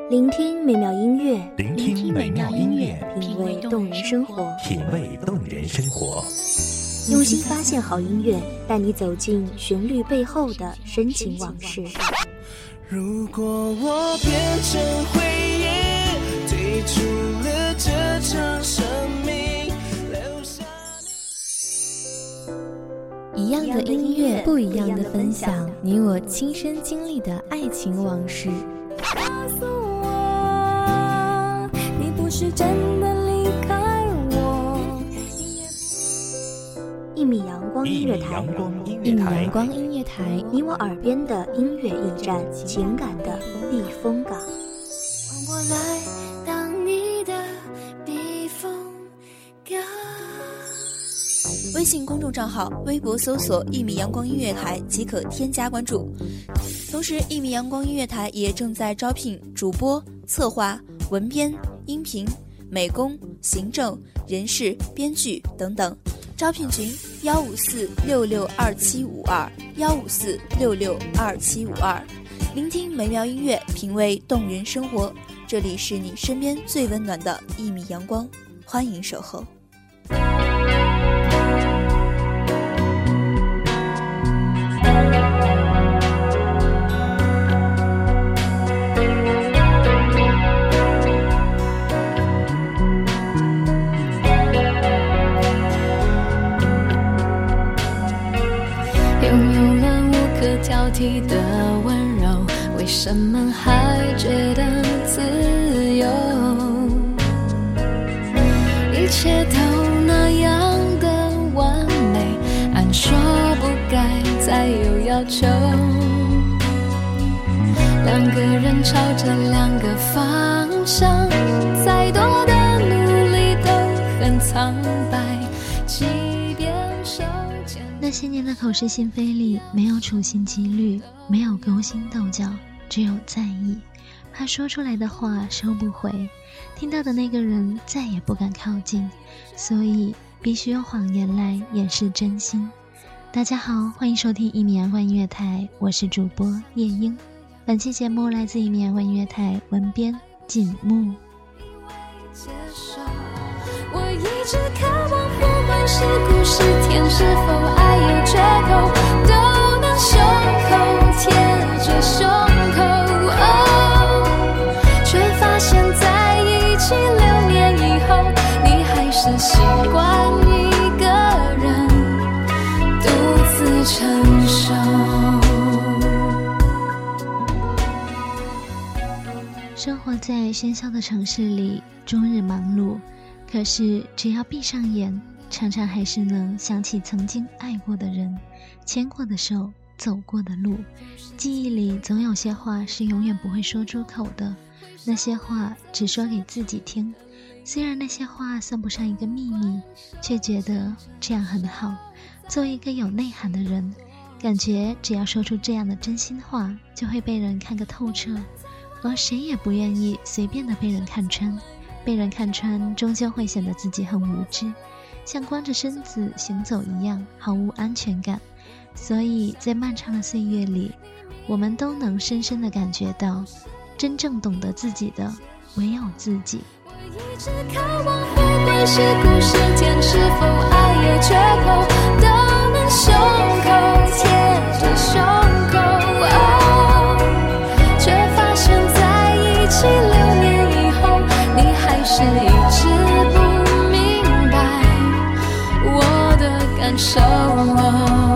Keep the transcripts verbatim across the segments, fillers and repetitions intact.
聆听美妙音乐， 聆听美妙音乐， 品味动人生活， 品味动人生活。 用心发现好音乐，带你走进旋律背后的深情往事。 如果我变成回忆，退出了这场生命，留下一样的音乐，不一样的分享，你我亲身经历的爱情往事。 告诉我，你不是真的离开我。 一米阳光音乐台， 一米阳光音乐台， 你我耳边的音乐驿站，情感的避风港。 让我来当你的避风港。 微信公众账号、微博搜索“一米阳光音乐台”即可添加关注。同时，一米阳光音乐台也正在招聘主播、策划、文编、音频、美工、行政、人事、编剧等等。招聘群：幺五四六六二七五二幺五四六六二七五二。聆听美妙音乐，品味动人生活。这里是你身边最温暖的一米阳光，欢迎守候。 挑剔的温柔，为什么还觉得自由？一切都那样的完美，按说不该再有要求。两个人朝着两个方向，再多的努力都很苍白，即便手牵那些年的口是心非里，没有处心积虑，没有勾心斗角，只有在意，怕说出来的话收不回，听到的那个人再也不敢靠近，所以必须用谎言来掩饰真心。大家好，欢迎收听一米阳光音乐台，我是主播夜莺。本期节目来自一米阳光音乐台，文编锦木。 我一直渴望，不管是苦是甜，是否爱有缺口，都能胸口贴着胸口、哦、却发现在一起六年以后，你还是习惯一个人独自承受。 生活在喧嚣的城市里，终日忙碌，可是只要闭上眼，常常还是能想起曾经爱过的人，牵过的手，走过的路。记忆里总有些话是永远不会说出口的，那些话只说给自己听。虽然那些话算不上一个秘密，却觉得这样很好。做一个有内涵的人，感觉只要说出这样的真心话，就会被人看个透彻，而谁也不愿意随便的被人看穿。被人看穿，终究会显得自己很无知，像光着身子行走一样，毫无安全感。所以在漫长的岁月里，我们都能深深地感觉到，真正懂得自己的唯有自己。 我一直渴望，不管是苦是甜，是否爱有缺口，都能胸口贴着胸口、哦、却发现在一起六年以后，你还是一直不明白我的感受、哦、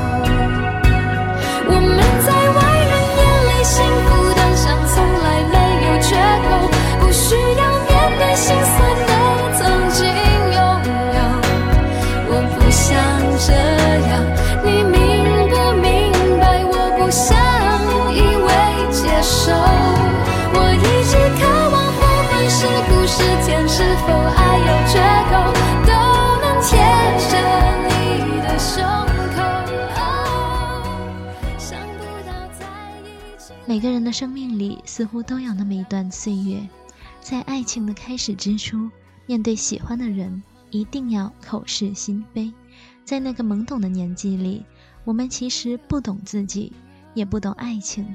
我们在外人眼里幸福的像从来没有缺口，不需要面对心酸的曾经拥有。我不想这样，你明不明白？我不想以为接受，我一直渴望，不管是苦是甜，是否爱有缺口，都能贴着你的胸口、哦、想不到在一起。 每个人的生命里似乎都有那么一段岁月，在爱情的开始之初，面对喜欢的人一定要口是心非。在那个懵懂的年纪里，我们其实不懂自己，也不懂爱情，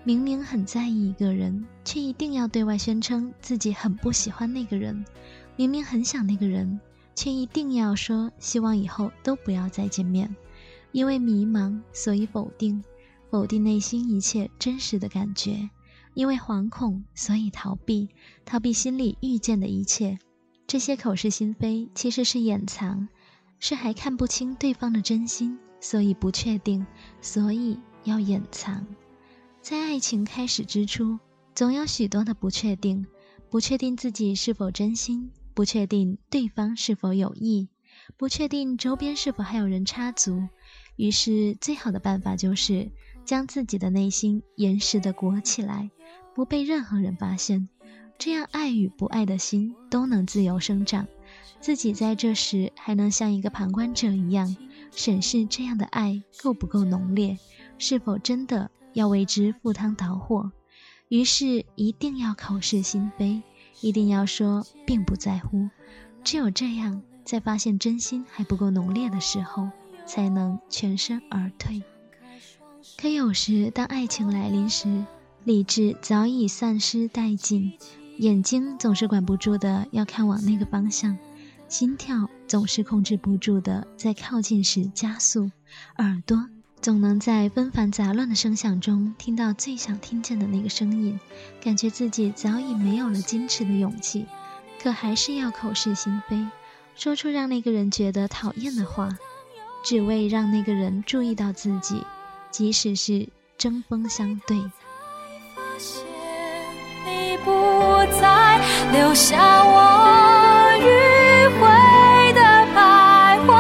明明很在意一个人，却一定要对外宣称自己很不喜欢那个人；明明很想那个人，却一定要说希望以后都不要再见面。因为迷茫，所以否定，否定内心一切真实的感觉；因为惶恐，所以逃避，逃避心里遇见的一切。这些口是心非，其实是掩藏，是还看不清对方的真心，所以不确定，所以要掩藏。在爱情开始之初，总有许多的不确定，不确定自己是否真心，不确定对方是否有意，不确定周边是否还有人插足。于是最好的办法就是将自己的内心严实地裹起来，不被任何人发现，这样爱与不爱的心都能自由生长。自己在这时还能像一个旁观者一样审视这样的爱够不够浓烈，是否真的要为之赴汤蹈火。于是一定要口是心非，一定要说并不在乎。只有这样，在发现真心还不够浓烈的时候，才能全身而退。可有时当爱情来临时，理智早已丧失殆尽，眼睛总是管不住的要看往那个方向，心跳总是控制不住的在靠近时加速，耳朵总能在纷繁杂乱的声响中听到最想听见的那个声音，感觉自己早已没有了矜持的勇气，可还是要口是心非，说出让那个人觉得讨厌的话，只为让那个人注意到自己，即使是针锋相对。 发现你不再留下我迂回的徘徊，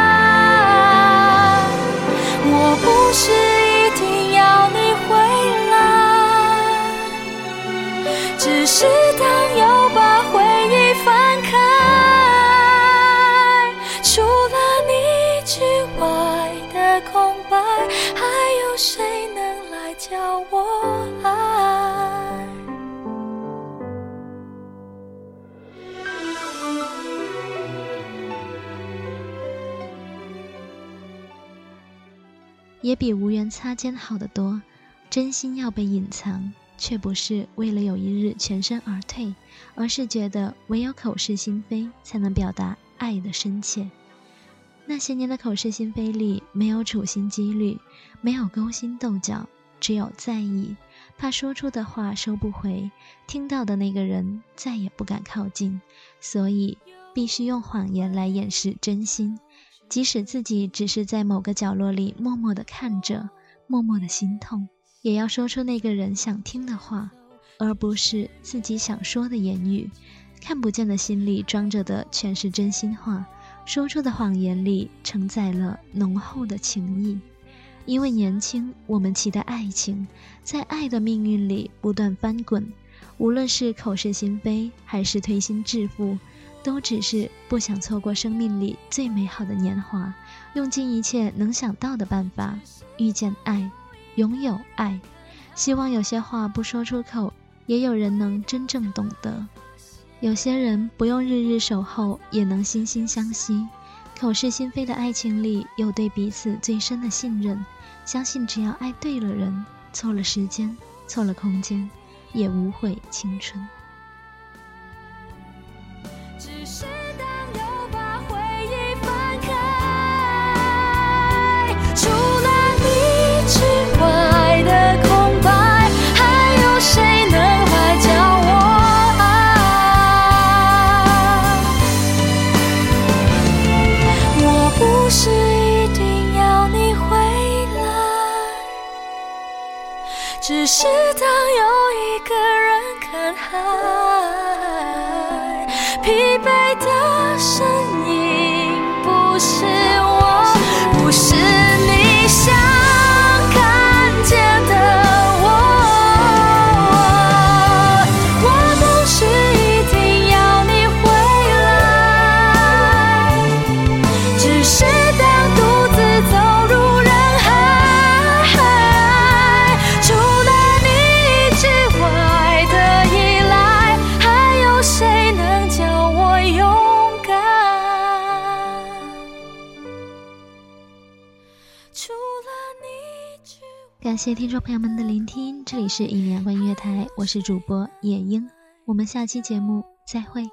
我不是一定要你回来，只是当又把回忆翻开，除了你之外的空白，还有谁能来教我爱？ 也比无缘擦肩好得多。真心要被隐藏，却不是为了有一日全身而退，而是觉得唯有口是心非才能表达爱的深切。那些年的口是心非里，没有处心积虑，没有勾心斗角，只有在意，怕说出的话收不回，听到的那个人再也不敢靠近，所以必须用谎言来掩饰真心。即使自己只是在某个角落里默默地看着，默默地心痛，也要说出那个人想听的话，而不是自己想说的言语。看不见的心里装着的全是真心话，说出的谎言里承载了浓厚的情谊。因为年轻，我们期待爱情，在爱的命运里不断翻滚，无论是口是心非还是推心置腹，都只是不想错过生命里最美好的年华，用尽一切能想到的办法遇见爱，拥有爱。希望有些话不说出口，也有人能真正懂得。有些人不用日日守候，也能心心相惜。口是心非的爱情里，有对彼此最深的信任，相信只要爱对了人，错了时间，错了空间，也无悔青春。 只是当又把回忆翻开，除了你之外的空白，还有谁能来教我爱？我不是一定要你回来，只是当有一个人看海，疲惫的身影不是我，不是你想看见的我。我不是一定要你回来，只是当独自走入人海，除了你之外的依赖，还有谁能叫我勇敢？ 感谢听众朋友们的聆听，这里是一米阳光音乐台，我是主播叶英，我们下期节目再会。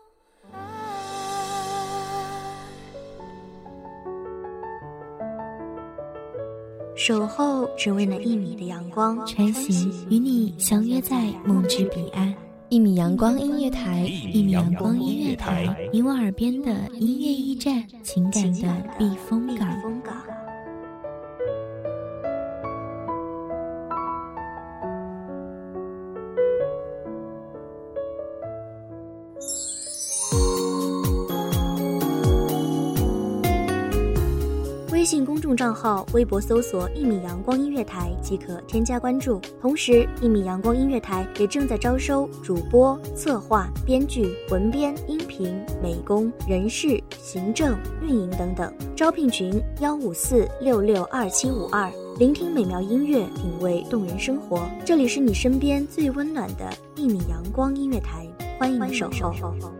守候只为那一米的阳光， 穿行与你相约在梦之彼岸。一米阳光音乐台，一米阳光音乐台，你我耳边的音乐驿站，情感的避风港。 微信公众账号、微博搜索“一米阳光音乐台”即可添加关注。同时，一米阳光音乐台也正在招收主播、策划、编剧、文编、音频、美工、人事、行政、运营等等。招聘群：幺五四六六二七五二。聆听美妙音乐，品味动人生活。这里是你身边最温暖的一米阳光音乐台，欢迎守候。